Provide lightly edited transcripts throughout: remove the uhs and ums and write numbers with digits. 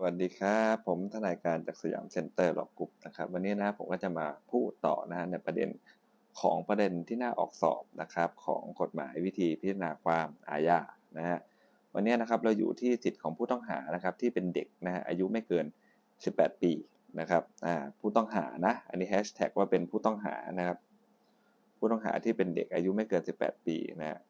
วัสดีครับผมทนายการจากสยามเซ็นเตอร์ลอกรุ๊ปนะครับวันนี้นะผมก็จะมาพูดต่อนะฮะในประเด็นที่น่าออกสอบนะครับของกฎหมายวิธีพิจารณาความอาญานะฮะวันนี้นะครับเราอยู่ที่สิทธิของผู้ต้องหานะครับที่เป็นเด็กนะฮะอายุไม่เกิน18ปีนะครับผู้ต้องหานะอันนี้แฮชแท็กว่าเป็นผู้ต้องหานะครับผู้ต้องหาที่เป็นเด็กอายุไม่เกิน18ปีนะฮะ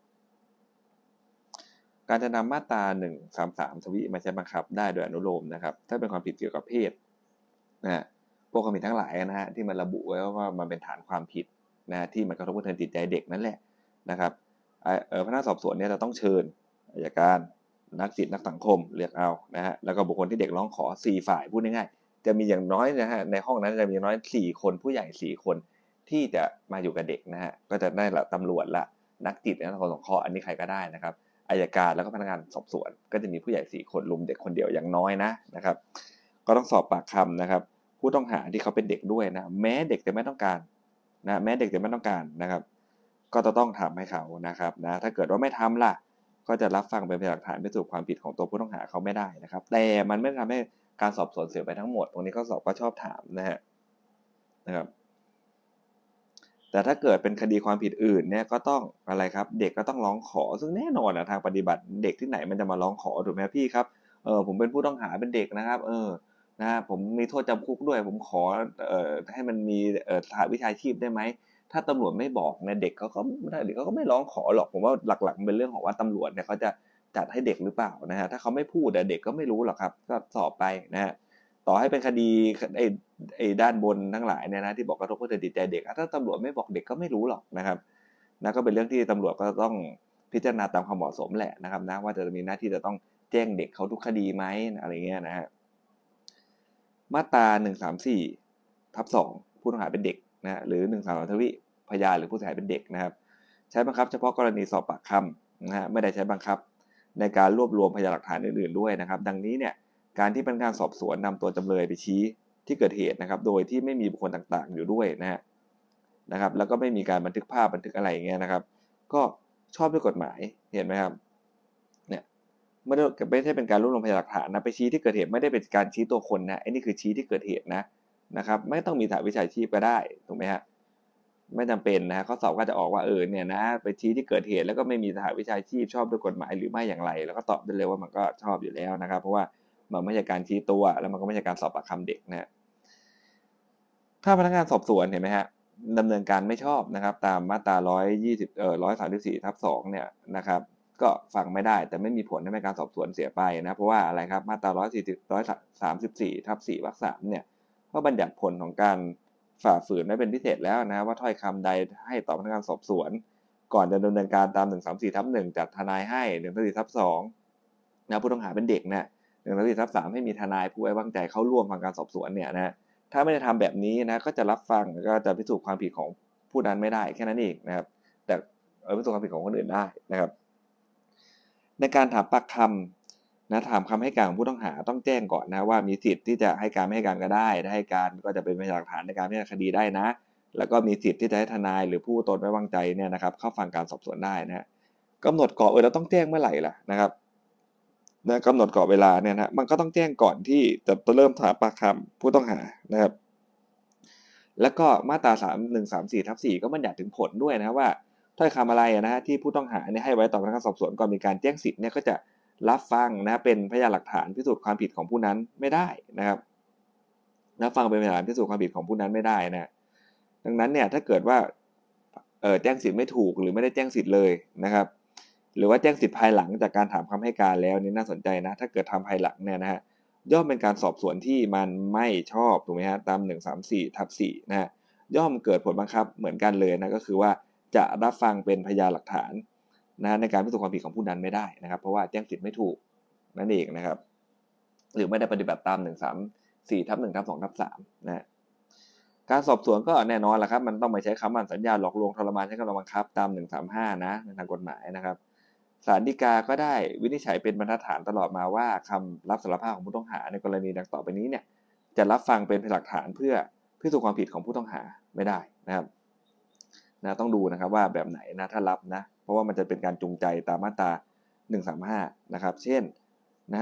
การจะนำมาตรา133ทวีมาใช้บังคับได้โดยอนุโลมนะครับถ้าเป็นความผิดเกี่ยวกับเพศนะฮะพวกความผิดทั้งหลายนะฮะที่มันระบุไว้ว่ามันเป็นฐานความผิดนะที่มันกระทบกระเทือนจิตใจเด็กนั่นแหละนะครับพนักงานสอบสวนเนี่ยจะต้องเชิญอัยการนักจิตนักสังคมเรียกเอานะฮะแล้วก็บุคคลที่เด็กร้องขอ4ฝ่ายพูดง่ายๆจะมีอย่างน้อยนะฮะในห้องนั้นจะมีอย่างน้อย4คนผู้ใหญ่4คนที่จะมาอยู่กับเด็กนะฮะก็จะได้ละตำรวจละนักจิตนักสังคมสงเคราะห์อันนี้ใครก็ได้นะครับอัยการแล้วก็พนักงานสอบสวนก็จะมีผู้ใหญ่4คนลุมเด็กคนเดียวอย่างน้อยนะครับก็ต้องสอบปากคำนะครับผู้ต้องหาที่เขาเป็นเด็กด้วยนะแม้เด็กจะไม่ต้องการนะแม้เด็กจะไม่ต้องการนะครับก็จะต้องทำให้เขานะครับนะถ้าเกิดว่าไม่ทำล่ะก็จะรับฟังเป็นพยานหลักฐานพิสูจน์ความผิดของตัวผู้ต้องหาเขาไม่ได้นะครับแต่มันไม่ทำให้การสอบสวนเสียไปทั้งหมดตรงนี้ข้อสอบก็ชอบถามนะครับแต่ถ้าเกิดเป็นคดีความผิดอื่นเนี่ยก็ต้องอะไรครับเด็กก็ต้องร้องขอซึ่งแน่นอนทางปฏิบัติเด็กที่ไหนมันจะมาร้องขอถูกไหมพี่ครับผมเป็นผู้ต้องหาเป็นเด็กนะครับนะผมมีโทษจำคุกด้วยผมขอให้มันมีสหวิชาชีพได้ไหมถ้าตำรวจไม่บอกเนี่ยเด็กเขาก็ไม่ร้องขอหรอกผมว่าหลักๆมันเป็นเรื่องของว่าตำรวจเนี่ยเขาจะจัดให้เด็กหรือเปล่านะฮะถ้าเขาไม่พูดเด็กก็ไม่รู้หรอกครับก็สอบไปนะฮะต่อให้เป็นคดีด้านบนทั้งหลายเนี่ยนะที่บอกกระทบกระเทือนจิตใจเด็กถ้าตำรวจไม่บอกเด็กก็ไม่รู้หรอกนะครับนะก็เป็นเรื่องที่ตำรวจก็ต้องพิจารณาตามความเหมาะสมแหละนะครับนะว่าจะมีหน้าที่จะต้องแจ้งเด็กเขาทุกคดีไหมอะไรเงี้ยนะฮะมาตรา134/2ผู้ต้องหาเป็นเด็กนะหรือ133ทวีพยานหรือผู้เสียหายเป็นเด็กนะครับใช้บังคับเฉพาะกรณีสอบปากคำนะฮะไม่ได้ใช้บังคับในการรวบรวมพยานหลักฐานอื่นๆด้วยนะครับดังนี้เนี่ยการที่พนักงานสอบสวนนำตัวจำเลยไปชี้ที่เกิดเหตุนะครับโดยที่ไม่มีบุคคลต่างๆอยู่ด้วยนะครับแล้วก็ไม่มีการบันทึกภาพบันทึกอะไรอย่างเงี้ยนะครับก็ชอบด้วยกฎหมายเห็นไหมครับเนี่ยไม่ใช่เป็นการรวบรวมพยานหลักฐานนะไปชี้ที่เกิดเหตุไม่ได้เป็นการชี้ตัวคนนะไอ้นี่คือชี้ที่เกิดเหตุนะครับไม่ต้องมีสหวิชาชีพก็ได้ถูกไหมฮะไม่จำเป็นนะข้อสอบก็จะออกว่าเนี่ยนะไปชี้ที่เกิดเหตุแล้วก็ไม่มีสหวิชาชีพชอบด้วยกฎหมายหรือไม่อย่างไรแล้วก็ตอบได้เลยว่ามันก็ชอบอยู่แล้วนะครับเพราะว่ามันไม่ใช่การชี้ตัวแล้วมันก็ไม่ใช่การสอบปากคำเด็กนะถ้าพนักงานสอบสวนเห็นไหมฮะดำเนินการไม่ชอบนะครับตามมาตรา134/2เนี่ยนะครับก็ฟังไม่ได้แต่ไม่มีผลให้การสอบสวนเสียไปนะเพราะว่าอะไรครับมาตรา134/4วรรค3เนี่ยก็บัญญัติผลของการฝ่าฝืนไม่เป็นพิเศษแล้วนะว่าถ้อยคำใดให้ต่อพนักงานสอบสวนก่อนจะดำเนินการตาม134/1จัดทนายให้134/2นะผู้ต้องหาเป็นเด็กนะ134/3ให้มีทนายผู้ไว้วางใจเข้าร่วมฟังการสอบสวนเนี่ยนะถ้าไม่ได้ทำแบบนี้นะก็จะรับฟังก็จะพิสูจน์ความผิดของผู้นั้นไม่ได้แค่นั้นเองนะครับแต่พิสูจน์ความผิดของคนอื่นได้นะครับในการถามปากคำนะถามคำให้การของผู้ต้องหาต้องแจ้งก่อนนะว่ามีสิทธิ์ที่จะให้การไม่ให้การก็ได้ถ้าให้การก็จะเป็นพยานหลักฐานในการพิจารณาคดีได้นะแล้วก็มีสิทธิ์ที่จะให้ทนายหรือผู้ตนไว้วางใจเนี่ยนะครับเข้าฟังการสอบสวนได้นะกำหนดกรอบเราต้องแจ้งเมื่อไหร่ล่ะนะครับนะกำหนดกรอบเวลาเนี่ยนะมันก็ต้องแจ้งก่อนที่จะเริ่มถามปากคำผู้ต้องหานะครับแล้วก็มาตรา134/4ก็บัญญัติถึงผลด้วยนะว่าถ้อยคำอะไรนะฮะที่ผู้ต้องหาเนี่ยให้ไว้ต่อพนักงานสอบสวนก่อนมีการแจ้งสิทธิ์เนี่ยก็จะรับฟังนะเป็นพยานหลักฐานพิสูจน์ความผิดของผู้นั้นไม่ได้นะครับรับฟังเป็นพยานหลักฐานพิสูจน์ความผิดของผู้นั้นไม่ได้นะดังนั้นเนี่ยถ้าเกิดว่าแจ้งสิทธิ์ไม่ถูกหรือไม่ได้แจ้งสิทธิ์เลยนะครับหรือว่าแจ้งสิทธิ์ภายหลังจากการถามคำให้การแล้วนี่น่าสนใจนะถ้าเกิดทำภายหลังเนี่ยนะฮะย่อมเป็นการสอบสวนที่มันไม่ชอบถูกไหมฮะตาม134/4นะฮะย่อมเกิดผลบังคับเหมือนกันเลยนะก็คือว่าจะรับฟังเป็นพยานหลักฐานนะในการพิสูจน์ความผิดของผู้นั้นไม่ได้นะครับเพราะว่าแจ้งสิทธิ์ไม่ถูกนั่นเองนะครับหรือไม่ได้ปฏิบัติตาม134/1/2/3นะการสอบสวนก็แน่นอนแหละครับมันต้องไม่ใช้คำมั่นสัญญาหลอกลวงทรมานใช้กำลังบังคับตาม135นะในทางกฎหมายนะครับศาลฎีกาก็ได้วินิจฉัยเป็นบรรทัดฐานตลอดมาว่าคำรับสารภาพของผู้ต้องหาในกรณีดังต่อไปนี้เนี่ยจะรับฟังเป็นหลักฐานเพื่อพิสูจน์ความผิดของผู้ต้องหาไม่ได้นะครับนะต้องดูนะครับว่าแบบไหนนะถ้ารับนะเพราะว่ามันจะเป็นการจูงใจตามมาตรา135นะครับเช่นนะฮะ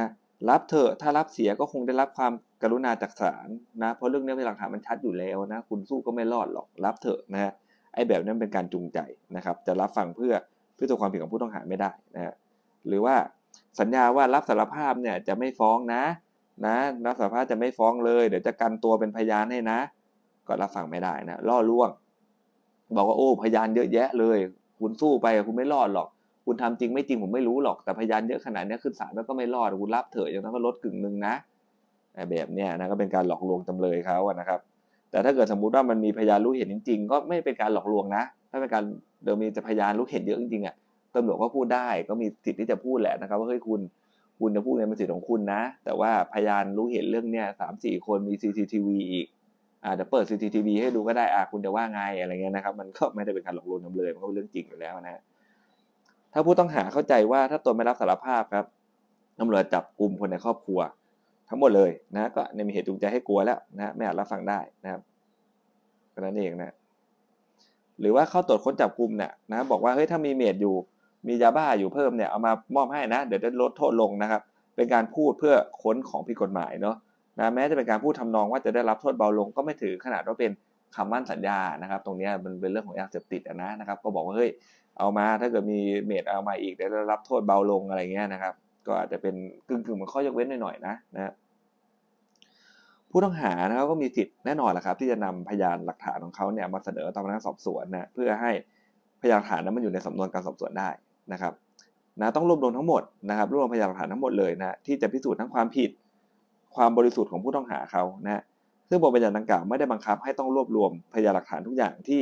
รับเถอะถ้ารับเสียก็คงได้รับความกรุณาจากศาลนะเพราะเรื่องนี้เป็นหลักฐานมันชัดอยู่แล้วนะคุณสู้ก็ไม่รอดหรอกรับเถอะนะฮะไอ้แบบนั้นเป็นการจูงใจนะครับจะรับฟังเพื่อพิสูจน์ความผิดของผู้ต้องหาไม่ได้นะฮะหรือว่าสัญญาว่ารับสารภาพเนี่ยจะไม่ฟ้องนะรับสารภาพจะไม่ฟ้องเลยเดี๋ยวจะกันตัวเป็นพยานให้นะก็รับฟังไม่ได้นะล่อลวงบอกว่าโอ้พยานเยอะแยะเลยคุณสู้ไปคุณไม่รอดหรอกคุณทำจริงไม่จริงผมไม่รู้หรอกแต่พยานเยอะขนาดนี้ขึ้นศาลแล้วก็ไม่รอดคุณรับเถอะอย่างนั้นก็ลดกึ่งนึงนะแบบเนี้ยนะก็เป็นการหลอกลวงจำเลยเขาอะนะครับแต่ถ้าเกิดสมมุติว่ามันมีพยานรู้เห็นจริงๆก็ไม่เป็นการหลอกลวงนะถ้าเป็นการเดี๋ยวมีพยานรู้เห็นเยอะจริงๆอะตำรวจก็พูดได้ก็มีสิทธิ์ที่จะพูดแหละนะครับว่าเฮ้ยคุณจะพูดในเป็นสิทธิ์ของคุณนะแต่ว่าพยานรู้เห็นเรื่องเนี้ย3-4 คนมี CCTV อีกเดี๋ยวเปิด CCTV ให้ดูก็ได้คุณจะว่าไงอะไรเงี้ยนะครับมันก็ไม่ได้เป็นการหลอกลวงจำเลยมันก็เป็นเรื่องจริงอยู่แล้วนะถ้าผู้ต้องหาเข้าใจว่าถ้าตนไม่รับสารภาพครับตำรวจจับกลุ่มคนในครอบครัวทั้งหมดเลยนะก็มีเหตุจูงใจให้กลัวแล้วนะไม่อาจรับฟังได้นะครับแค่นั้นเองนะหรือว่าเข้าตรวจค้นจับกลุ่มเนี่ยนะบอกว่าเฮ้ยถ้ามีเมทอยู่มียาบ้าอยู่เพิ่มเนี่ยเอามามอบให้นะเดี๋ยวจะลดโทษลงนะครับเป็นการพูดเพื่อค้นของผิดกฎหมายเนาะนะแม้จะเป็นการพูดทำนองว่าจะได้รับโทษเบาลงก็ไม่ถือขนาดว่าเป็นคำมั่นสัญญานะครับตรงนี้มันเป็นเรื่องของยาเสพติดนะครับก็บอกว่าเฮ้ยเอามาถ้าเกิดมีเมทเอามาอีกเดี๋ยวได้รับโทษเบาลงอะไรเงี้ยนะครับก็อาจจะเป็นกึ่งเหมือนข้อยกเว้นหน่อยๆนะผู้ต้องหานะครับก็มีสิทธิ์แน่นอนแหละครับที่จะนำพยานหลักฐานของเขาเนี่ยมาเสนอต่อพนักงานสอบสวนนะเพื่อให้พยานหลักฐานนั้นมันอยู่ในสำนวนการสอบสวนได้นะครับต้องรวบรวมทั้งหมดนะครับรวบรวมพยานหลักฐานทั้งหมดเลยนะที่จะพิสูจน์ทั้งความผิดความบริสุทธิ์ของผู้ต้องหาเขานะซึ่งบทบัญญัติดังกล่าวไม่ได้บังคับให้ต้องรวบรวมพยานหลักฐานทุกอย่างที่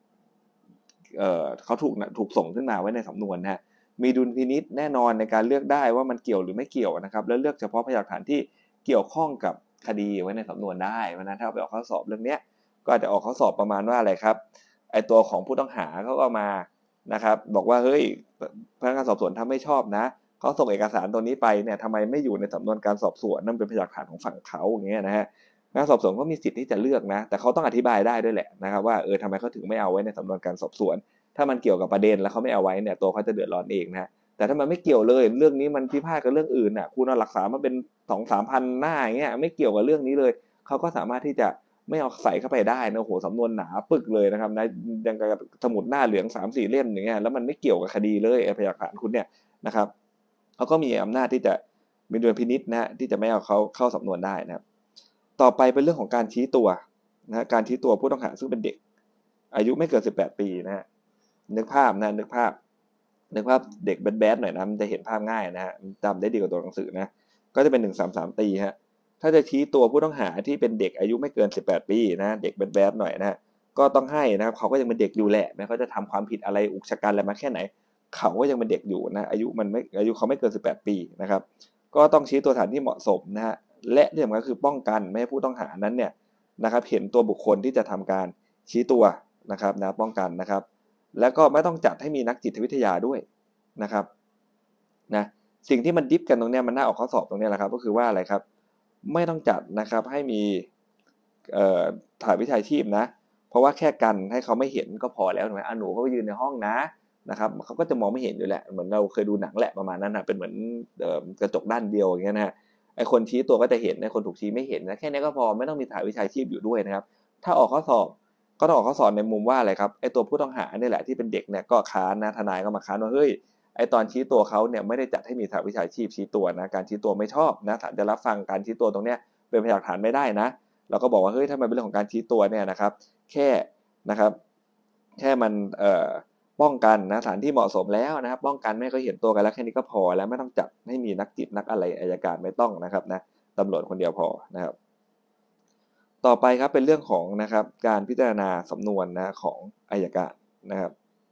เขาถูกส่งขึ้นมาไว้ในสำนวนนะมีดุลพินิจแน่นอนในการเลือกได้ว่ามันเกี่ยวหรือไม่เกี่ยวนะครับและเลือกเฉพาะพยานหลักฐานที่เกี่ยวข้องกับคดีไว้ในสำนวนได้เพราะนั้นถ้าไปออกข้อสอบเรื่องนี้ก็อาจจะออกข้อสอบประมาณว่าอะไรครับไอตัวของผู้ต้องหาเขาก็มานะครับบอกว่าเฮ้ยพนักงานสอบสวนทำไม่ชอบนะเขาส่งเอกสารตัวนี้ไปเนี่ยทำไมไม่อยู่ในสำนวนการสอบสวนนั่นเป็นพยานหลักฐานของฝั่งเขาอย่างเงี้ยนะฮะพนักงานสอบสวนก็มีสิทธิ์ที่จะเลือกนะแต่เขาต้องอธิบายได้ด้วยแหละนะครับว่าทำไมเขาถึงไม่เอาไว้ในสำนวนการสอบสวนถ้ามันเกี่ยวกับประเด็นแล้วเขาไม่เอาไว้เนี่ยตัวเขาจะเดือดร้อนเองนะแต่ถ้ามันไม่เกี่ยวเลยเรื่องนี้มันพิพาทกับเรื่องอื่นน่ะคุณเอาหลักฐานมาเป็น 2-3 พันหน้าอย่างเงี้ยไม่เกี่ยวกับเรื่องนี้เลยเขาก็สามารถที่จะไม่เอาใส่เข้าไปได้นะโอ้โหสำนวนหนาปึกเลยนะครับนะยังกับสมุดหน้าเหลือง 3-4 เล่มอย่างเงี้ยแล้วมันไม่เกี่ยวกับคดีเลยพยานหลักฐานคุณเนี่ยนะครับเขาก็มีอำนาจที่จะมีดุลพินิจนะที่จะไม่เอาเขาเข้าสำนวนได้นะครับต่อไปเป็นเรื่องของการชี้ตัวนะการชี้ตัวผู้ต้องหาซึ่งเป็นเด็กอายุไม่เกิน18 ปีนะฮะนึกภาพเด็กแบดๆหน่อยนะมันจะเห็นภาพง่ายนะฮะจำได้ดีกว่าตัวหนังสือนะก็จะเป็น133ตีฮะถ้าจะชี้ตัวผู้ต้องหาที่เป็นเด็กอายุไม่เกิน18 ปีนะเด็กแบดๆหน่อยนะก็ต้องให้นะครับเขาก็ยังเป็นเด็กอยู่แหละแม้เขาจะทำความผิดอะไรอุกชะกันอะไรมาแค่ไหนเขาก็ยังเป็นเด็กอยู่นะอายุเขาไม่เกิน18 ปีนะครับก็ต้องชี้ตัวสถานที่เหมาะสมนะฮะและที่สำคัญคือป้องกันไม่ให้ผู้ต้องหานั้นเนี่ยนะครับเห็นตัวบุคคลที่จะทำการชี้ตัวนะครับนะป้องกันนะครับแล้วก็ไม่ต้องจัดให้มีนักจิตวิทยาด้วยนะครับนะสิ่งที่มันดิฟกันตรงนี้มันน่าออกข้อสอบตรงนี้แหละครับก็คือว่าอะไรครับไม่ต้องจัดนะครับให้มีถ่ายวิชาชีพนะเพราะว่าแค่กันให้เขาไม่เห็นก็พอแล้วถูกไหมหนูก็ไปยืนในห้องนะครับเขาก็จะมองไม่เห็นอยู่แหละเหมือนเราเคยดูหนังแหละประมาณนั้นนะเป็นเหมือนกระจกด้านเดียวอย่างเงี้ยนะไอคนชี้ตัวก็จะเห็นไอคนถูกชี้ไม่เห็นนะแค่นี้ก็พอไม่ต้องมีถ่ายวิชาชีพอยู่ด้วยนะครับถ้าออกข้อสอบก็ต้องออกข้อสอบในมุมว่าอะไรครับไอตัวผู้ต้องหาเนี่ยแหละที่เป็นเด็กเนี่ยก็ค้านนะทนายก็มาค้านว่าเฮ้ยไอตอนชี้ตัวเขาเนี่ยไม่ได้จัดให้มีถ่ายวิชาชีพชี้ตัวนะการชี้ตัวไม่ชอบนะศาลจะรับฟังการชี้ตัวตรงเนี้ยเป็นพยานหลักฐานไม่ได้นะเราก็บอกว่าเฮ้ยถ้ามันเป็นเรื่องของการชี้ตัวเนี่ยนะครับแค่นะครับแค่มันป้องกันนะสถานที่เหมาะสมแล้วนะครับป้องกันไม่ให้เขาเห็นตัวกันแล้วแค่นี้ก็พอแล้วไม่ต้องจัดให้มีนักจิตนักอะไรอัยการไม่ต้องนะครับนะตำรวจคนเดียวพอนะครับต่อไปครับเป็นเรื่องของนะครับการพิจารณาสำนวนนะของอัยการนะครับ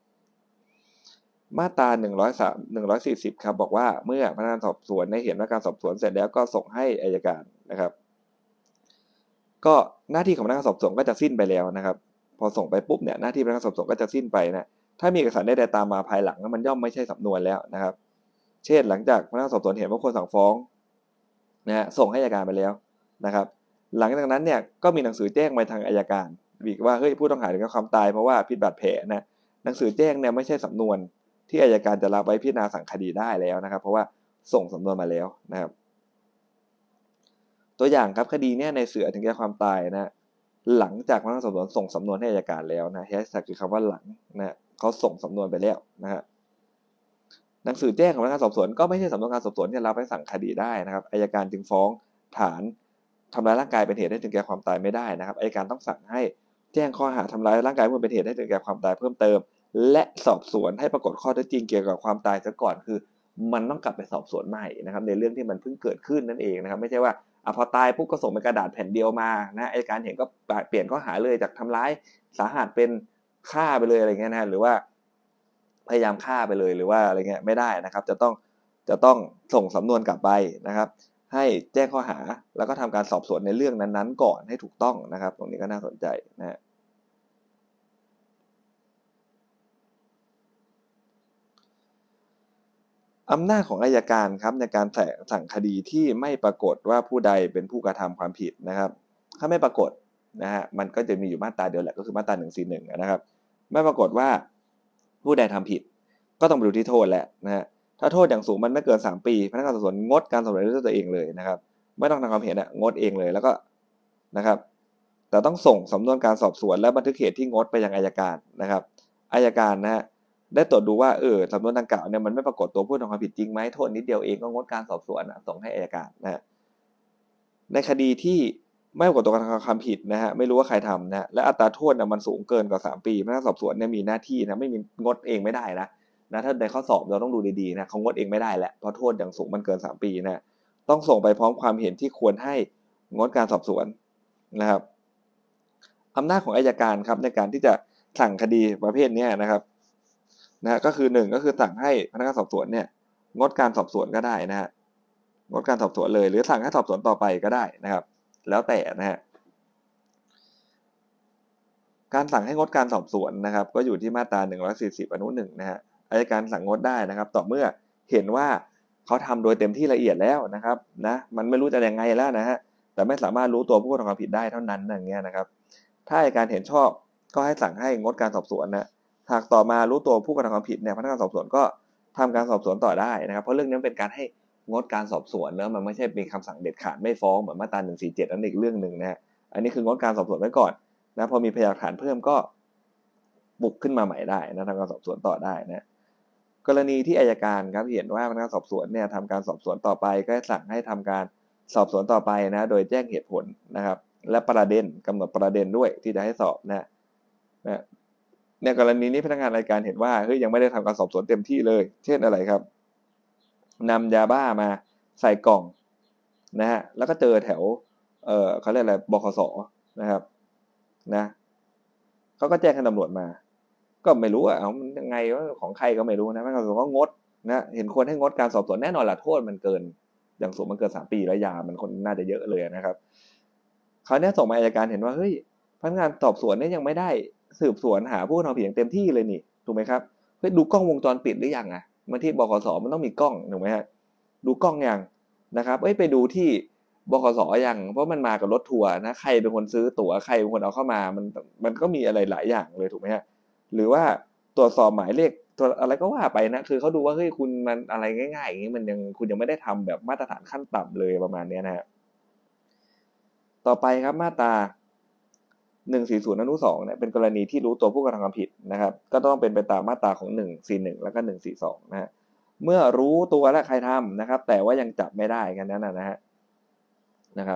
มาตรา140ครับบอกว่าเมื่อพนักงานสอบสวนได้เห็นว่าการสอบสวนเสร็จแล้วก็ส่งให้อัยการนะครับก็หน้าที่ของพนักงานสอบสวนก็จะสิ้นไปแล้วนะครับพอส่งไปปุ๊บเนี่ยหน้าที่พนักงานสอบสวนก็จะสิ้นไปนะถ้ามีเอกสารใดๆตามมาภายหลังมันย่อมไม่ใช่สำนวนแล้วนะครับเช่นหลังจากพนักงานสอบสวนเห็นว่าควรสั่งฟ้องนะฮะส่งให้อัยการไปแล้วนะครับหลังจากนั้นเนี่ยก็มีหนังสือแจ้งไปทางอัยการอีกว่าเฮ้ยผู้ต้องหาถึงกับความตายเพราะว่าพิษบาดแผลนะหนังสือแจ้งเนี่ยไม่ใช่สำนวนที่อัยการจะรับไว้พิจารณาสั่งคดีได้แล้วนะครับเพราะว่าส่งสำนวนมาแล้วนะครับตัวอย่างครับคดีเนี้ยในเสือถึงแก่ความตายนะหลังจากพนักงานสอบสวนส่งสำนวนให้อัยการแล้วนะแฮชแท็กคือคำว่าหลังนะเขาส่งสำนวนไปแล้วนะฮะหนังสือแจ้งของพนักงานสอบสวนก็ไม่ใช่สำนวนการสอบสวนที่รับไปสั่งคดีได้นะครับอัยการจึงฟ้องฐานทำร้ายร่างกายเป็นเหตุให้ถึงแก่ความตายไม่ได้นะครับอัยการต้องสั่งให้แจ้งข้อหาทำร้ายร่างกายผู้เป็นเหตุให้ถึงแก่ความตายเพิ่มเติมและสอบสวนให้ปรากฏข้อเท็จจริงเกี่ยวกับความตายซะก่อนคือมันต้องกลับไปสอบสวนใหม่นะครับในเรื่องที่มันเพิ่งเกิดขึ้นนั่นเองนะครับไม่ใช่ว่าพอตายปุ๊บก็ส่งเป็นกระดาษแผ่นเดียวมานะอัยการเห็นก็เปลี่ยนข้อหาเลยจากทำร้ายสาหัสเป็นฆ่าไปเลยอะไรเงี้ยนะหรือว่าพยายามฆ่าไปเลยหรือว่าอะไรเงี้ยไม่ได้นะครับจะต้องส่งสำนวนกลับไปนะครับให้แจ้งข้อหาแล้วก็ทำการสอบสวนในเรื่องนั้นๆก่อนให้ถูกต้องนะครับตรงนี้ก็น่าสนใจนะฮะอำนาจของอัยการครับในการสั่งคดีที่ไม่ปรากฏว่าผู้ใดเป็นผู้กระทำความผิดนะครับถ้าไม่ปรากฏนะฮะมันก็จะมีอยู่มาตราเดียวแหละก็คือมาตรา141นะครับไม่ปรากฏว่าผู้ใดทำผิดก็ต้องไปดูที่โทษแหละนะฮะถ้าโทษอย่างสูงมันไม่เกิน3ปีพนักงานสอบสวนงดการสอบสวนด้วยตัวเองเลยนะครับไม่ต้องทำความเห็นงดเองเลยแล้วก็นะครับแต่ต้องส่งสำนวนการสอบสวนและบันทึกเหตุที่งดไปยังอัยการนะครับอัยการนะฮะได้ตรวจดูว่าสำนวนดังกล่าวเนี่ยมันไม่ปรากฏตัวผู้ทำความผิดจริงไหมโทษนิดเดียวเองก็งดการสอบสวนส่งให้อัยการนะฮะในคดีที่ไม่ปรากฏตัวการกระทำความผิดนะฮะไม่รู้ว่าใครทำนะและอัตราโทษมันสูงเกินกว่า3ปีพนักงานสอบสวนเนี่ยมีหน้าที่นะไม่มีงดเองไม่ได้นะถ้าในข้อสอบเราต้องดูดีๆนะเขางดเองไม่ได้แหละเพราะโทษอย่างสูงมันเกิน3ปีนะต้องส่งไปพร้อมความเห็นที่ควรให้งดการสอบสวนนะครับอำนาจของอัยการครับในการที่จะสั่งคดีประเภทนี้นะครับก็คือ1ก็คือสั่งให้พนักงานสอบสวนเนี่ยงดการสอบสวนก็ได้นะฮะงดการสอบสวนเลยหรือสั่งให้สอบสวนต่อไปก็ได้นะครับแล้วแต่นะฮะการสั่งให้งดการสอบสวนนะครับก็อยู่ที่มาตรา140อนุ1นะฮะอัยการสั่งงดได้นะครับต่อเมื่อเห็นว่าเขาทำโดยเต็มที่ละเอียดแล้วนะครับนะมันไม่รู้จะยังไงแล้วนะฮะแต่ไม่สามารถรู้ตัวผู้กระทำความผิดได้เท่านั้นอย่างเงี้ยนะครับถ้าอัยการเห็นชอบก็ให้สั่งให้งดการสอบสวนนะหากต่อมารู้ตัวผู้กระทำความผิดเนี่ยพนักงานสอบสวนก็ทำการสอบสวนต่อได้นะครับเพราะเรื่องนี้เป็นการให้งดการสอบสวนแล้วมันไม่ใช่เป็นคำสั่งเด็ดขาดไม่ฟ้องเหมือนมาตรา147นั่นอีกเรื่องนึงนะฮะอันนี้คืองดการสอบสวนไว้ก่อนนะพอมีพยานหลักฐานเพิ่มก็บุกขึ้นมาใหม่ได้นะทำการสอบสวนต่อได้นะกรณีที่อัยการครับเห็นว่าพนักงานสอบสวนเนี่ยทำการสอบสวนต่อไปก็สั่งให้ทำการสอบสวนต่อไปนะโดยแจ้งเหตุผลนะครับและประเด็นกำหนดประเด็นด้วยที่จะให้สอบนะในกรณีนี้พนักงานอัยการเห็นว่าเฮ้ยยังไม่ได้ทำการสอบสวนเต็มที่เลยเช่นอะไรครับนำยาบ้ามาใส่กล่องนะฮะแล้วก็เจอแถวเขาเรียกอะไรบขสนะครับนะเขาก็แจ้งให้ตำรวจมาก็ไม่รู้เอามันยังไงว่าของใครก็ไม่รู้นะพนักงานสอบสวนก็งดนะเห็นควรให้งดการสอบสวนแน่นอนละโทษมันเกินอย่างสูงมันเกิน3 ปีแล้วยามันคนน่าจะเยอะเลยนะครับเขาเนี่ยส่งมาอัยการเห็นว่าเฮ้ยพนักงานสอบสวนเนี่ยยังไม่ได้สืบสวนหาผู้กระทำผิดอย่างเต็มที่เลยนี่ถูกไหมครับเฮ้ยดูกล้องวงจรปิดหรือยังมาที่บขสมันต้องมีกล้องถูกไหมฮะดูกล้องยังนะครับไปดูที่บขสยังเพราะมันมากับรถทัวร์นะใครเป็นคนซื้อตั๋วใครเป็นคนเอาเข้ามามันก็มีอะไรหลายอย่างเลยถูกไหมฮะหรือว่าตรวจสอบหมายเลขตัวอะไรก็ว่าไปนะคือเขาดูว่าเฮ้ยคุณมันอะไรง่ายๆอย่างนี้มันยังคุณยังไม่ได้ทำแบบมาตรฐานขั้นต่ำเลยประมาณนี้นะฮะต่อไปครับมาตรา140อนุ2เนี่ยเป็นกรณีที่รู้ตัวผู้กระทำความผิดนะครับก็ต้องเป็นไปตามมาตราของ141แล้วก็142นะฮะเมื่อรู้ตัวและใครทำนะครับแต่ว่ายังจับไม่ได้กันนั้นนะฮะนะครับ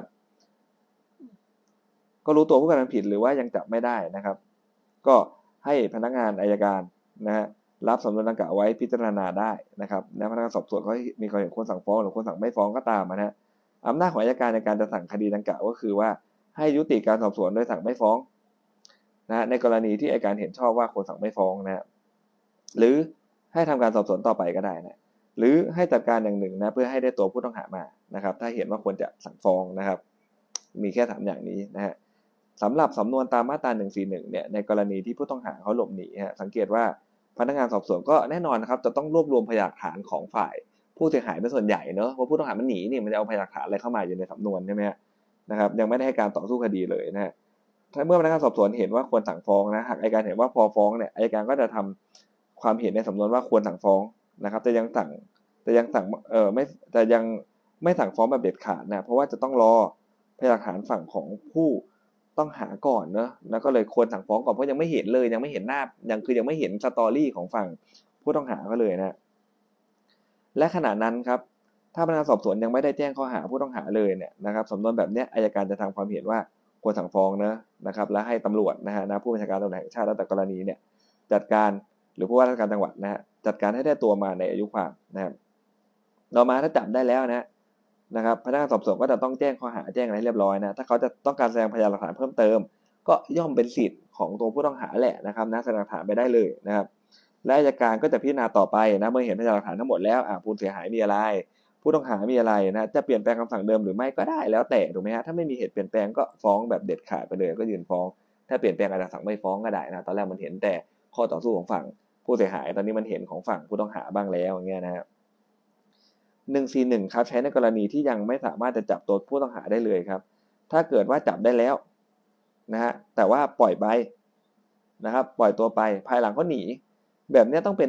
ก็รู้ตัวผู้กระทำผิดหรือว่ายังจับไม่ได้นะครับก็ให้พนักงานอัยการนะฮะรับสำนวนดังกล่าวไว้พิจารณาได้นะครับและพนักงานสอบสวนเขามีความเห็นควรสั่งฟ้องหรือควรสั่งไม่ฟ้องก็ตามนะฮะอำนาจของอัยการในการจะสั่งคดีดังกล่าวก็คือว่าให้ยุติการสอบสวนโดยสั่งไม่ฟ้องนะในกรณีที่อัยการเห็นชอบว่าควรสั่งไม่ฟ้องนะหรือให้ทำการสอบสวนต่อไปก็ได้นะหรือให้จัดการอย่างหนึ่งนะเพื่อให้ได้ตัวผู้ต้องหามานะครับถ้าเห็นว่าควรจะสั่งฟ้องนะครับมีแค่3อย่างนี้นะฮะสำหรับสำนวนตามมาตรา141เนี่ยในกรณีที่ผู้ต้องหาเขาหลบหนีสังเกตว่าพนักงานสอบสวนก็แน่นอนนะครับจะต้องรวบรวมพยานหลักฐานของฝ่ายผู้เสียหายเป็นส่วนใหญ่เนอะเพราะผู้ต้องหามันหนีนี่มันจะเอาพยานหลักฐานอะไรเข้ามาอยู่ในสำนวนใช่ไหมนะครับยังไม่ได้ให้การต่อสู้คดีเลยนะฮะถ้าเมื่อพนักงานสอบสวนเห็นว่าควรสั่งฟ้องนะหากอัยการเห็นว่าพอฟ้องเนี่ยอัยการก็จะทำความเห็นในสำนวนว่าควรสั่งฟ้องนะครับแต่ยังสั่งไม่แต่ยังไม่สั่งฟ้องแบบเด็ดขาดนะเพราะว่าจะต้องรอพยานหลักฐานฝั่งของผู้ต้องหาก่อนเนอะแล้วก็เลยควรสั่งฟ้องก่อนเพราะยังไม่เห็นเลยยังไม่เห็นหน้ายังไม่เห็นสตอรี่ของฝั่งผู้ต้องหาก็เลยนะและขณะนั้นครับถ้าพนักงานสอบสวนยังไม่ได้แจ้งข้อหาผู้ต้องหาเลยเนี่ยนะครับสำนวนแบบนี้อัยการจะทำความเห็นว่าควรสั่งฟ้องนะครับและให้ตำรวจนะผู้บัญชาการตำรวจแห่งชาติแล้วแต่กรณีเนี่ยจัดการหรือผู้ว่าราชการจังหวัดจัดการให้ได้ตัวมาในอายุความนะครับต่อมาถ้าจับได้แล้วนะครับพนักงานสอบสวนก็จะต้องแจ้งข้อหาแจ้งอะไรเรียบร้อยถ้าเขาจะต้องการแสดงพยานหลักฐานเพิ่มเติมก็ย่อมเป็นสิทธิ์ของตัวผู้ต้องหาแหละนะครับแสดงหลักฐานไปได้เลยนะครับและอัยการก็จะพิจารณาต่อไปเมื่อเห็นพยานหลักฐานทั้งหมดแล้วผู้เสียหายมีอะไรผู้ต้องหามีอะไรจะเปลี่ยนแปลงคำสั่งเดิมหรือไม่ก็ได้แล้วแต่ถูกไหมฮะถ้าไม่มีเหตุเปลี่ยนแปลงก็ฟ้องแบบเด็ดขาดไปเลยก็ยื่นฟ้องถ้าเปลี่ยนแปลงอาจจะสั่งไม่ฟ้องก็ได้ตอนแรกมันเห็นแต่ข้อต่อสู้ของฝั่งผู้เสียหายตอนนี้มันเห็นของฝั่งผู้ต้องหาบ้างแล้วอย่างเงี้ยนะครับ141ครับใช้ในกรณีที่ยังไม่สามารถจะจับตัวผู้ต้องหาได้เลยครับถ้าเกิดว่าจับได้แล้วแต่ว่าปล่อยไปนะครับปล่อยตัวไปภายหลังเขาหนีแบบนี้ต้องเป็น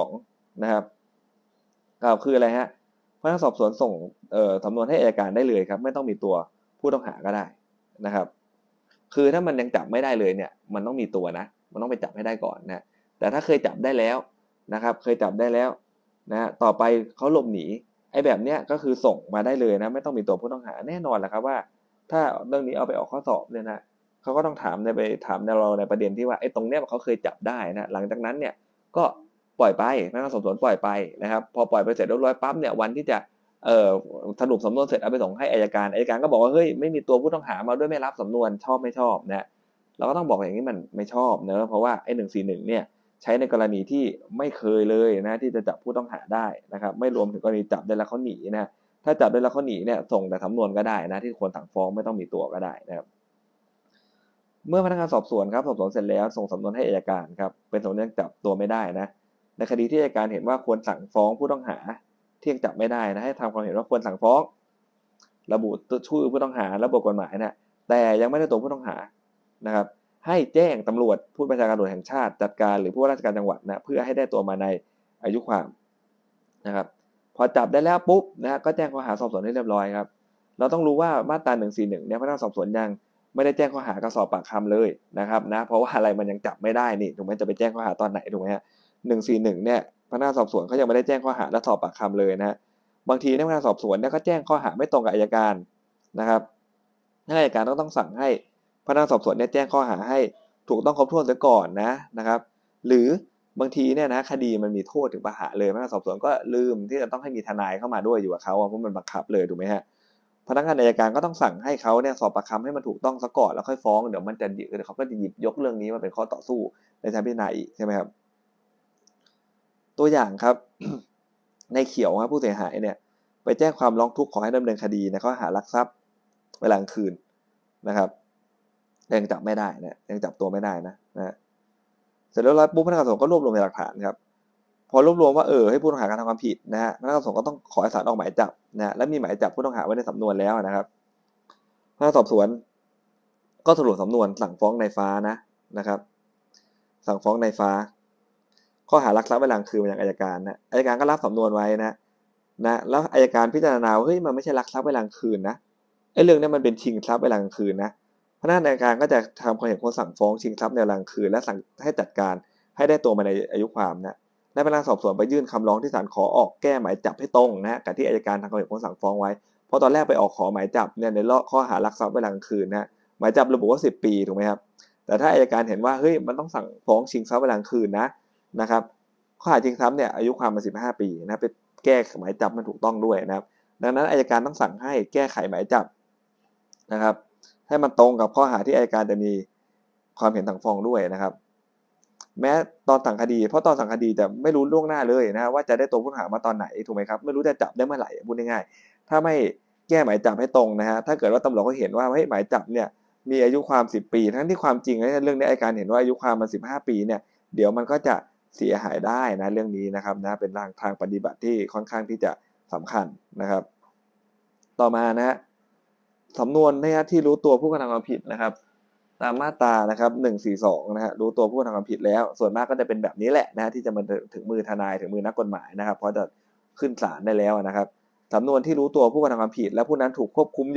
142นะครับคืออะไรฮะพนักงานสอบสวนส่งสำนวนให้อัยการได้เลยครับไม่ต้องมีตัวผู้ต้องหาก็ได้นะครับคือถ้ามันยังจับไม่ได้เลยเนี่ยมันต้องมีตัวมันต้องไปจับให้ได้ก่อนแต่ถ้าเคยจับได้แล้วนะครับเคยจับได้แล้วต่อไปเขาหลบหนีแบบเนี้ยก็คือส่งมาได้เลยไม่ต้องมีตัวผู้ต้องหาแน่นอนแหละครับว่าถ้าเรื่องนี้เอาไปออกข้อสอบเนี่ยเขาก็ต้องถามเราในประเด็นที่ว่าตรงเนี้ยเขาเคยจับได้หลังจากนั้นเนี่ยก็ปล่อยไปพนักงานสอบสวนปล่อยไปนะครับพอปล่อยไปเสร็จเรียบร้อยปั๊บเนี่ยวันที่จะสรุปสำนวนเสร็จเอาไปส่งให้อัยการก็บอกว่าเฮ้ยไม่มีตัวผู้ต้องหามาด้วยไม่รับสำนวนชอบไม่ชอบเราก็ต้องบอกอย่างนี้มันไม่ชอบเพราะว่า141เนี่ยใช้ในกรณีที่ไม่เคยเลยที่จะจับผู้ต้องหาได้นะครับไม่รวมถึงกรณีจับได้แล้วเขาหนีถ้าจับได้แล้วเขาหนีเนี่ยส่งแต่สำนวนก็ได้ที่ควรสั่งฟ้องไม่ต้องมีตัวก็ได้นะครับเมื่อพนักงานสอบสวนครับสอบสวนเสร็จแล้วส่งสำนวนให้อัยการครับเป็นสำนวนจับตัวไม่ได้ในคดีที่อัยการเห็นว่าควรสั่งฟ้องผู้ต้องหาที่ยังจับไม่ได้ให้ทำความเห็นว่าควรสั่งฟ้องระบุชื่อผู้ต้องหาระบุกฎหมายแต่ยังไม่ได้ตัวผู้ต้องหานะครับให้แจ้งตำรวจผู้บัญชาการตำรวจแห่งชาติจัดการหรือผู้ว่าราชการจังหวัดเพื่อให้ได้ตัวมาในอายุความนะครับพอจับได้แล้วปุ๊บก็แจ้งข้อหาสอบสวนให้เรียบร้อยครับเราต้องรู้ว่ามาตรา141เนี่ยพนักงานสอบสวนยังไม่ได้แจ้งข้อหากับสอบปากคำเลยนะครับเพราะว่าอะไรมันยังจับไม่ได้นี่ถูกไหมจะไปแจ้งข้อหาตอนไหนถูกไหมฮะ141เนี่ยพนักงานสอบสวนเขายังไม่ได้แจ้งข้อหาและสอบปากคำเลยบางทีพนักงานสอบสวนเนี่ยก็แจ้งข้อหาไม่ตรงกับอัยการนะครับอัยการต้องสั่งให้พนักงานสอบสวนเนี่ยแจ้งข้อหาให้ถูกต้องครบถ้วนเสียก่อนนะครับหรือบางทีเนี่ยคดีมันมีโทษถึงประหารเลยพนักงานสอบสวนก็ลืมที่จะต้องให้มีทนายเข้ามาด้วยอยู่กับเขาเพราะมันบังคับเลยถูกไหมฮะพนักงานอัยการก็ต้องสั่งให้เขาเนี่ยสอบปากคำให้มันถูกต้องซะก่อนแล้วค่อยฟ้องเดี๋ยวเขาก็จะหยิบยกเรื่องนี้มาเป็นข้อต่อสู้ในชั้นพิจารณาอีกใช่ไหมครับตัวอย่างครับ ในเขียวครับผู้เสียหายเนี่ยไปแจ้งความร้องทุกข์ขอให้ดำเนินคดีในข้อหารักทรัพย์เวลากลางคืนนะครับยังจับไม่ได้ยังจับตัวไม่ได้นะเสร็จแล้วปุ๊บพนักงานสอบสวนก็รวบรวมพยานหลักฐานครับพอรวบรวมว่าให้ผู้ต้องหากระทำความผิดพนักงานสอบสวนก็ต้องขอให้ศาลออกหมายจับและมีหมายจับผู้ต้องหาไว้ในสำนวนแล้วนะครับพนักงานสอบสวนก็สรุปสำนวนสั่งฟ้องนายฟ้านะครับสั่งฟ้องนายฟ้าข้อหารักทรัพย์เวลากลางคืนมายังอัยการอัยการก็รับสำนวนไว้แล้วอัยการพิจารณาว่าเฮ้ยมันไม่ใช่รักทรัพย์เวลากลางคืนเรื่องนี้มันเป็นชิงทรัพย์เวลากลางคืนพนักงานอัยการก็จะทำความเห็นคนสั่งฟ้องชิงทรัพย์ในเวลากลางคืนและสั่งให้จัดการให้ได้ตัวมาในอายุความและพนักงานสอบสวนไปยื่นคำร้องที่ศาลขอออกแก้หมายจับให้ตรงกับที่อัยการทำความเห็นคนสั่งฟ้องไว้เพราะตอนแรกไปออกขอหมายจับในข้อหารักทรัพย์เวลากลางคืนหมายจับระบุว่า10 ปีถูกไหมครับแต่ถ้าอัยการเห็นว่าเฮ้ยมันต้องสั่งฟ้องชิงทรัพย์เวลากลางคืนนะครับข้อหาชิงทรัพย์เนี่ยอายุความมา15 ปีไปแก้หมายจับมันถูกต้องด้วยนะครับดังนั้นอัยการต้องสั่งให้แก้ไขหมายจับนะครับให้มันตรงกับข้อหาที่อัยการจะมีความเห็นสั่งฟ้องด้วยนะครับแม้ตอนสั่งคดีเพราะตอนสั่งคดีจะไม่รู้ล่วงหน้าเลยว่าจะได้ตัวผู้ต้องหามาตอนไหนถูกไหมครับไม่รู้จะจับได้เมื่อไหร่พูดง่ายๆถ้าไม่แก้หมายจับให้ตรงถ้าเกิดว่าตำรวจเขาเห็นว่าเฮ้ยหมายจับเนี่ยมีอายุความ10 ปีทั้งที่ความจริงเรื่องนี้อัยการเห็นว่าอายุความมัน15 ปีเนี่ยเดี๋ยวมันก็จะเสียหายได้เรื่องนี้นะครับเป็นทางปฏิบัติที่ค่อนข้างที่จะสำคัญนะครับต่อมาสำนวนที่รู้ตัวผู้กระทำความผิดนะครับตามมาตรานะครับ142รู้ตัวผู้กระทำความผิดแล้วส่วนมากก็จะเป็นแบบนี้แหละที่จะมาถึงมือทนายถึงมือนักกฎหมายนะครับเพราะจะขึ้นศาลได้แล้วนะครับสำนวนที่รู้ตัวผู้กระทำความผิดและผู้นั้นถูกควบคุมอยู่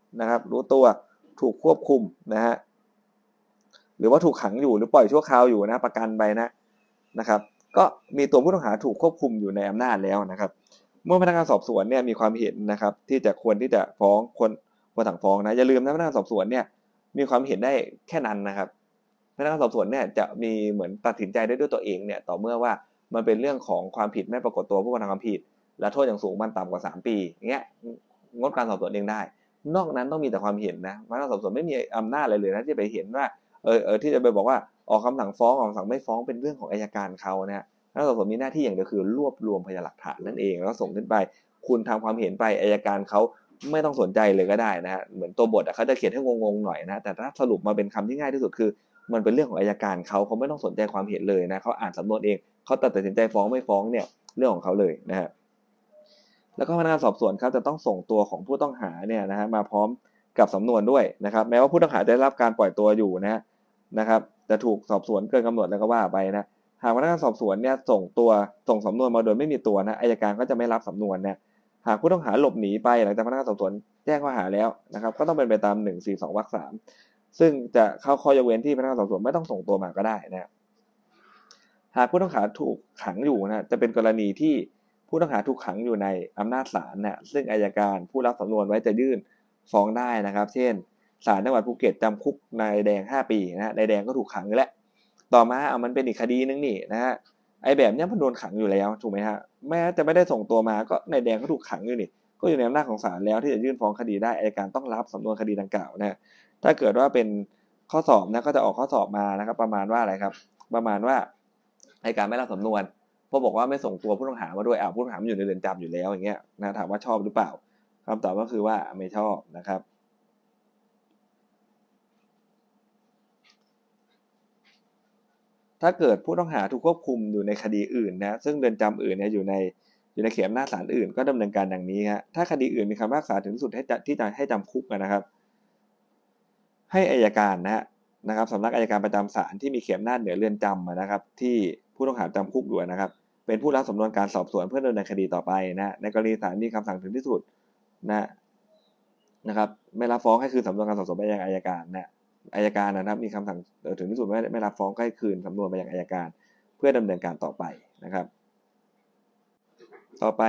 นะครับรู้ตัวถูกควบคุมนะฮะหรือว่าถูกขังอยู่หรือปล่อยชั่วคราวอยู่นะประกันไปนะครับก็มีตัวผู้ต้องหาถูกควบคุมอยู่ในอำนาจแล้วนะครับเมื่อพนักงานสอบสวนเนี่ยมีความเห็นนะครับที่จะควรที่จะฟ้องควรสั่งฟ้องนะอย่าลืมนะพนักงานสอบสวนเนี่ยมีความเห็นได้แค่นั้นนะครับพนักงานสอบสวนเนี่ยจะมีเหมือนตัดสินใจได้ด้วยตัวเองเนี่ยต่อเมื่อว่ามันเป็นเรื่องของความผิดไม่ปรากฏตัวผู้กระทำความผิดและโทษอย่างสูงมันต่ำกว่า3 ปีเงี้ยงดการสอบสวนเองได้นอกนั้นต้องมีแต่ความเห็นนะพนักงานสอบสวนไม่มีอำนาจอะไรเลยนะที่ไปเห็นว่าที่จะไปบอกว่าออกคำสั่งฟ้องออกคำสั่งไม่ฟ้องเป็นเรื่องของอัยการเขานะฮะพนักงานสอบสวนมีหน้าที่อย่างเดียวคือรวบรวมพยานหลักฐานนั่นเองแล้วส่งขึ้นไปคุณทำความเห็นไปอัยการเขาไม่ต้องสนใจเลยก็ได้นะฮะเหมือนตัวบทเขาจะเขียนให้งงๆหน่อยนะแต่ถ้าสรุปมาเป็นคำที่ง่ายที่สุดคือมันเป็นเรื่องของอัยการเขาไม่ต้องสนใจความเห็นเลยนะเขาอ่านสำนวนเองเขาตัดสินใจฟ้องไม่ฟ้องเนี่ยเรื่องของเขาเลยนะฮะแล้วก็พนักงานสอบสวนครับจะต้องส่งตัวของผู้ต้องหาเนี่ยนะฮะมาพร้อมกับสำนวนด้วยนะครับแม้ว่าผู้ต้องหาจะได้รับการปล่อยตัวอยู่นะครับจะถูกสอบสวนเกินกำหนดแล้วก็ว่าไปนะหากพนักงานสอบสวนเนี่ยส่งสำนวนมาโดยไม่มีตัวนะอัยการก็จะไม่รับสำนวนนะหากผู้ต้องหาหลบหนีไปหลังจากพนักงานสอบสวนแจ้งข้อหาแล้วนะครับก็ต้องเป็นไปตาม142 วรรค 3ซึ่งจะเข้าข้อยกเว้นที่พนักงานสอบสวนไม่ต้องส่งตัวมาก็ได้นะหากผู้ต้องหาถูกขังอยู่นะจะเป็นกรณีที่ผู้ต้องหาถูกขังอยู่ในอำนาจศาลนะซึ่งอัยการผู้รับสำนวนไว้จะยื่นฟ้องได้นะครับเช่นศาลจังหวัดภูเก็ตจำคุกนายแดง5 ปีนะนายแดงก็ถูกขังอยู่แล้วต่อมามันเป็นอีกคดีนึงนี่นะฮะไอ้แบบนี้มันโดนขังอยู่แล้วถูกไหมฮะแม้จะไม่ได้ส่งตัวมาก็นายแดงก็ถูกขังอยู่นี่ก็อยู่ในอำนาจของศาลแล้วที่จะยื่นฟ้องคดีได้อัยการต้องรับสำนวนคดีดังกล่าวนะถ้าเกิดว่าเป็นข้อสอบนะก็จะออกข้อสอบมานะครับประมาณว่าอะไรครับประมาณว่าอัยการไม่รับสำนวนเพราะบอกว่าไม่ส่งตัวผู้ต้องหามาด้วยผู้ต้องหามันอยู่ในเรือนจำอยู่แล้วอย่างเงี้ยนะถามว่าชอบหรือเปล่าคำตอบก็คือว่าไม่ชอบนะครับถ้าเกิดผู้ต้องหาถูกควบคุมอยู่ในคดีอื่นนะซึ่งเรือนจำอื่นเนี่ยอยู่ในเขตอำนาจศาลอื่นก็ดำเนินการดังนี้ฮะถ้าคดีอื่นมีคำพิพากษาถึงที่สุดที่จะให้จำคุกนะครับให้อัยการนะครับสำนักอัยการประจำศาลที่มีเขตอำนาจเหนือเรือนจำนะครับที่ผู้ต้องหาจำคุกอยู่นะครับเป็นผู้รับสำนวนการสอบสวนเพื่อดำเนินคดีต่อไปนะในกรณีศาลมีคำสั่งถึงที่สุดนะครับไม่รับฟ้องให้คืนสำนวนการสอบสวนไปยังอัยการอัยการนะครับมีคำสั่งถึงที่สุดไม่รับฟ้องก็ให้คืนสำนวนไปยังอัยการเพื่อดำเนินการต่อไปนะครับต่อไป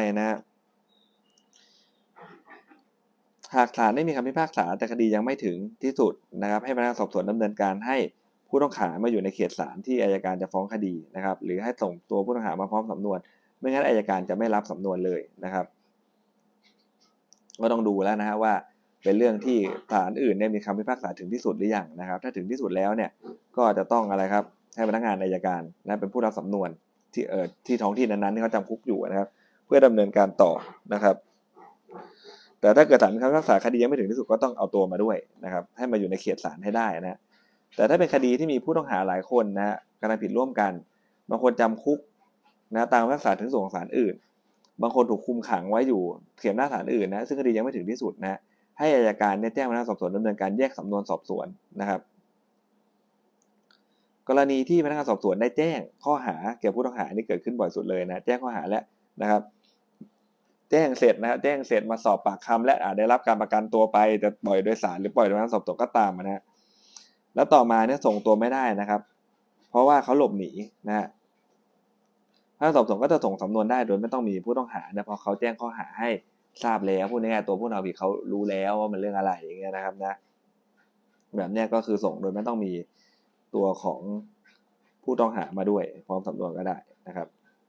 หากศาลได้มีคำพิพากษาแต่คดียังไม่ถึงที่สุดนะครับให้พนักงานสอบสวนดำเนินการให้ผู้ต้องหามาอยู่ในเขตศาลที่อัยการจะฟ้องคดีนะครับหรือให้ส่งตัวผู้ต้องหามาพร้อมสำนวนไม่งั้นอัยการจะไม่รับสำนวนเลยนะครับก็ต้องดูแล้วนะฮะว่าเป็นเรื่องที่ศาลอื่นเนี่ยมีคำพิพากษาถึงที่สุดหรือยังนะครับถ้าถึงที่สุดแล้วเนี่ยก็จะต้องอะไรครับให้พนักงานอัยการเป็นผู้รับสำนวนที่ท้องที่นั้นๆที่เขาจำคุกอยู่นะครับเพื่อดำเนินการต่อนะครับแต่ถ้าเกิดศาลมีคำพิพากษาคดียังไม่ถึงที่สุดก็ต้องเอาตัวมาด้วยนะครับให้มาอยู่ในเขตศาลให้ได้นะแต่ถ้าเป็นคดีที่มีผู้ต้องหาหลายคนกระทำผิดร่วมกันบางคนจำคุกตามคำพิพากษาถึงส่งศาลอื่นบางคนถูกคุมขังไว้อยู่เขตหน้าศาลอื่นซึ่งคดียังไม่ถึงที่สุดให้อัยการแจ้งพนักงานสอบสวนดำเนินการแยกสำนวนสอบสวนนะครับกรณีที่พนักงานสอบสวนได้แจ้งข้อหาแก่ผู้ต้องหานี่เกิดขึ้นบ่อยสุดเลยแจ้งข้อหาแล้วนะครับแจ้งเสร็จแจ้งเสร็จมาสอบปากคำและได้รับการประกันตัวไปจะปล่อยโดยศาลหรือปล่อยโดยพนักงานสอบสวนก็ตามแล้วต่อมาเนี่ยส่งตัวไม่ได้นะครับเพราะว่าเขาหลบหนีพนักงานสอบสวนก็จะส่งสำนวนได้โดยไม่ต้องมีผู้ต้องหาเพราะเขาแจ้งข้อหาให้ทราบแล้วพูดง่ายๆตัวผู้กระทำผิดเขารู้แล้วว่ามันเรื่องอะไรอย่างเงี้ยนะครับแบบนี้ก็คือส่งโดยไม่ต้องมีตัวของผู้ต้องหามาด้วยพร้อมสำนวนก็ได้นะครับ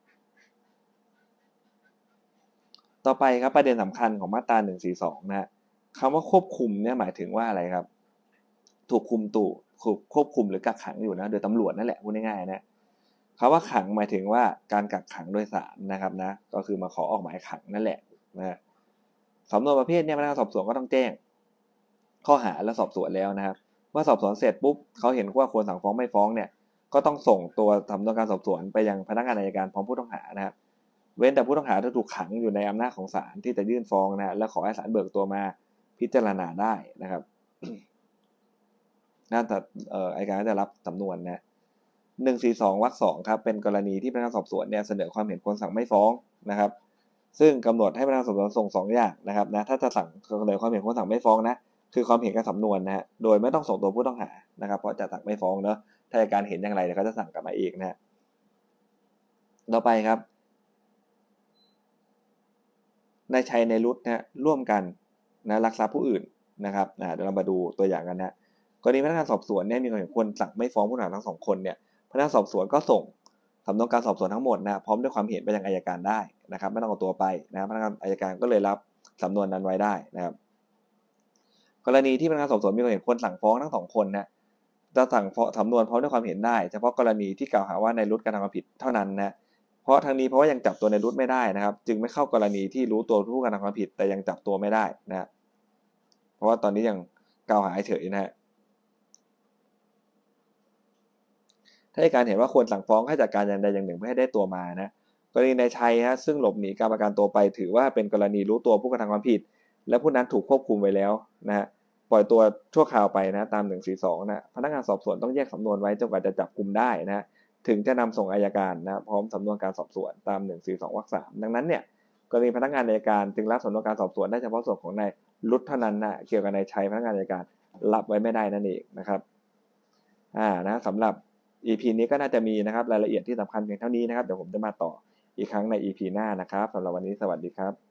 ต่อไปครับประเด็นสำคัญของมาตรา142คำว่าควบคุมเนี่ยหมายถึงว่าอะไรครับถูกควบคุมหรือกักขังอยู่โดยตำรวจนั่นแหละพูดง่ายๆคำว่าขังหมายถึงว่าการกักขังโดยศาลนะครับก็คือมาขอออกหมายขังนั่นแหละสำนวนประเภทนี้พนักงานสอบสวนก็ต้องแจ้งข้อหาและสอบสวนแล้วนะครับเมื่อสอบสวนเสร็จปุ๊บเขาเห็นว่าควรสั่งฟ้องไม่ฟ้องเนี่ยก็ต้องส่งตัวสำนวนการสอบสวนไปยังพนักงานอัยการพร้อมผู้ต้องหานะครับเว้นแต่ผู้ต้องหาที่ถูกขังอยู่ในอำนาจของศาลที่จะยื่นฟ้องและขอให้ศาลเบิกตัวมาพิจารณาได้นะครับน่าจะอัยการจะรับสำนวน142 วรรค 2ครับเป็นกรณีที่พนักงานสอบสวนเนี่ยเสนอความเห็นควรสั่งไม่ฟ้องนะครับซึ่งกำหนดให้พนักงานสอบสวนส่ง2 อย่างนะครับถ้าจะสั่งเสนอความเห็นควรสั่งไม่ฟ้องคือความเห็นกับสำนวนนะฮะโดยไม่ต้องส่งตัวผู้ต้องหานะครับเพราะจะสั่งไม่ฟ้องเนาะถ้าอัยการเห็นอย่างไรเดี๋ยวเขาจะสั่งกลับมาเองนะฮะต่อไปครับนายชัยนายรุธนะฮะร่วมกันนะลักทรัพย์ผู้อื่นนะครับเดี๋ยวเรามาดูตัวอย่างกันนะกรณีพนักงานสอบสวนเนี่ยมีความเห็นควรสั่งไม่ฟ้องผู้ต้องหาทั้งสองคนเนี่ยพนักงานสอบสวนก็ส่งสำนวนการสอบสวนทั้งหมดนะพร้อมด้วยความเห็นไปยังอัยการได้นะครับไม่ต้องเอาตัวไปนะพนักงานอัยการก็เลยรับสำนวนนั้นไว้ได้นะครับกรณีที่พนักงานสอบสวนมีความเห็นควรสั่งฟ้องทั้งสองคนนะจะสั่งฟ้องสำนวนพร้อมด้วยความเห็นได้เฉพาะกรณีที่กล่าวหาว่านายรุธกระทำความผิดเท่านั้นนะเพราะทั้งนี้เพราะว่ายังจับตัวนายรุธไม่ได้นะครับจึงไม่เข้ากรณีที่รู้ตัวผู้กระทำความผิดแต่ยังจับตัวไม่ได้นะเพราะว่าตอนนี้ยังกล่าวหาเฉยนะฮะถ้าอัยการเห็นว่าควรสั่งฟ้องให้จัดการอย่างใดอย่างหนึ่งเพื่อให้ได้ตัวมานะกรณีนายชัยฮะซึ่งหลบหนีการประกันตัวไปถือว่าเป็นกรณีรู้ตัวผู้กระทำความผิดและผู้นั้นถูกควบคุมไว้แล้วนะฮะปล่อยตัวชั่วคราวไปนะตาม142นะพนักงานสอบสวนต้องแยกสำนวนไว้จนกว่าจะจับกุมได้นะถึงจะนำส่งอัยการนะพร้อมสำนวนการสอบสวนตาม142วรรค3ดังนั้นเนี่ยกรณีพนักงานอัยการจึงรับสำนวนการสอบสวนได้เฉพาะส่วนของนายรุธเท่านั้นนะเกี่ยวกับนายชัยพนักงานอัยการรับไว้ไม่ได้นั่นเองนะครับนะสำหรับ EP นี้ก็น่าจะมีนะครับรายละเอียดที่สำคัญเพียงเท่านี้นะครับเดี๋ยวผมจะมาต่ออีกครั้งใน EP หน้านะครับสำหรับวันนี้สวัสดีครับ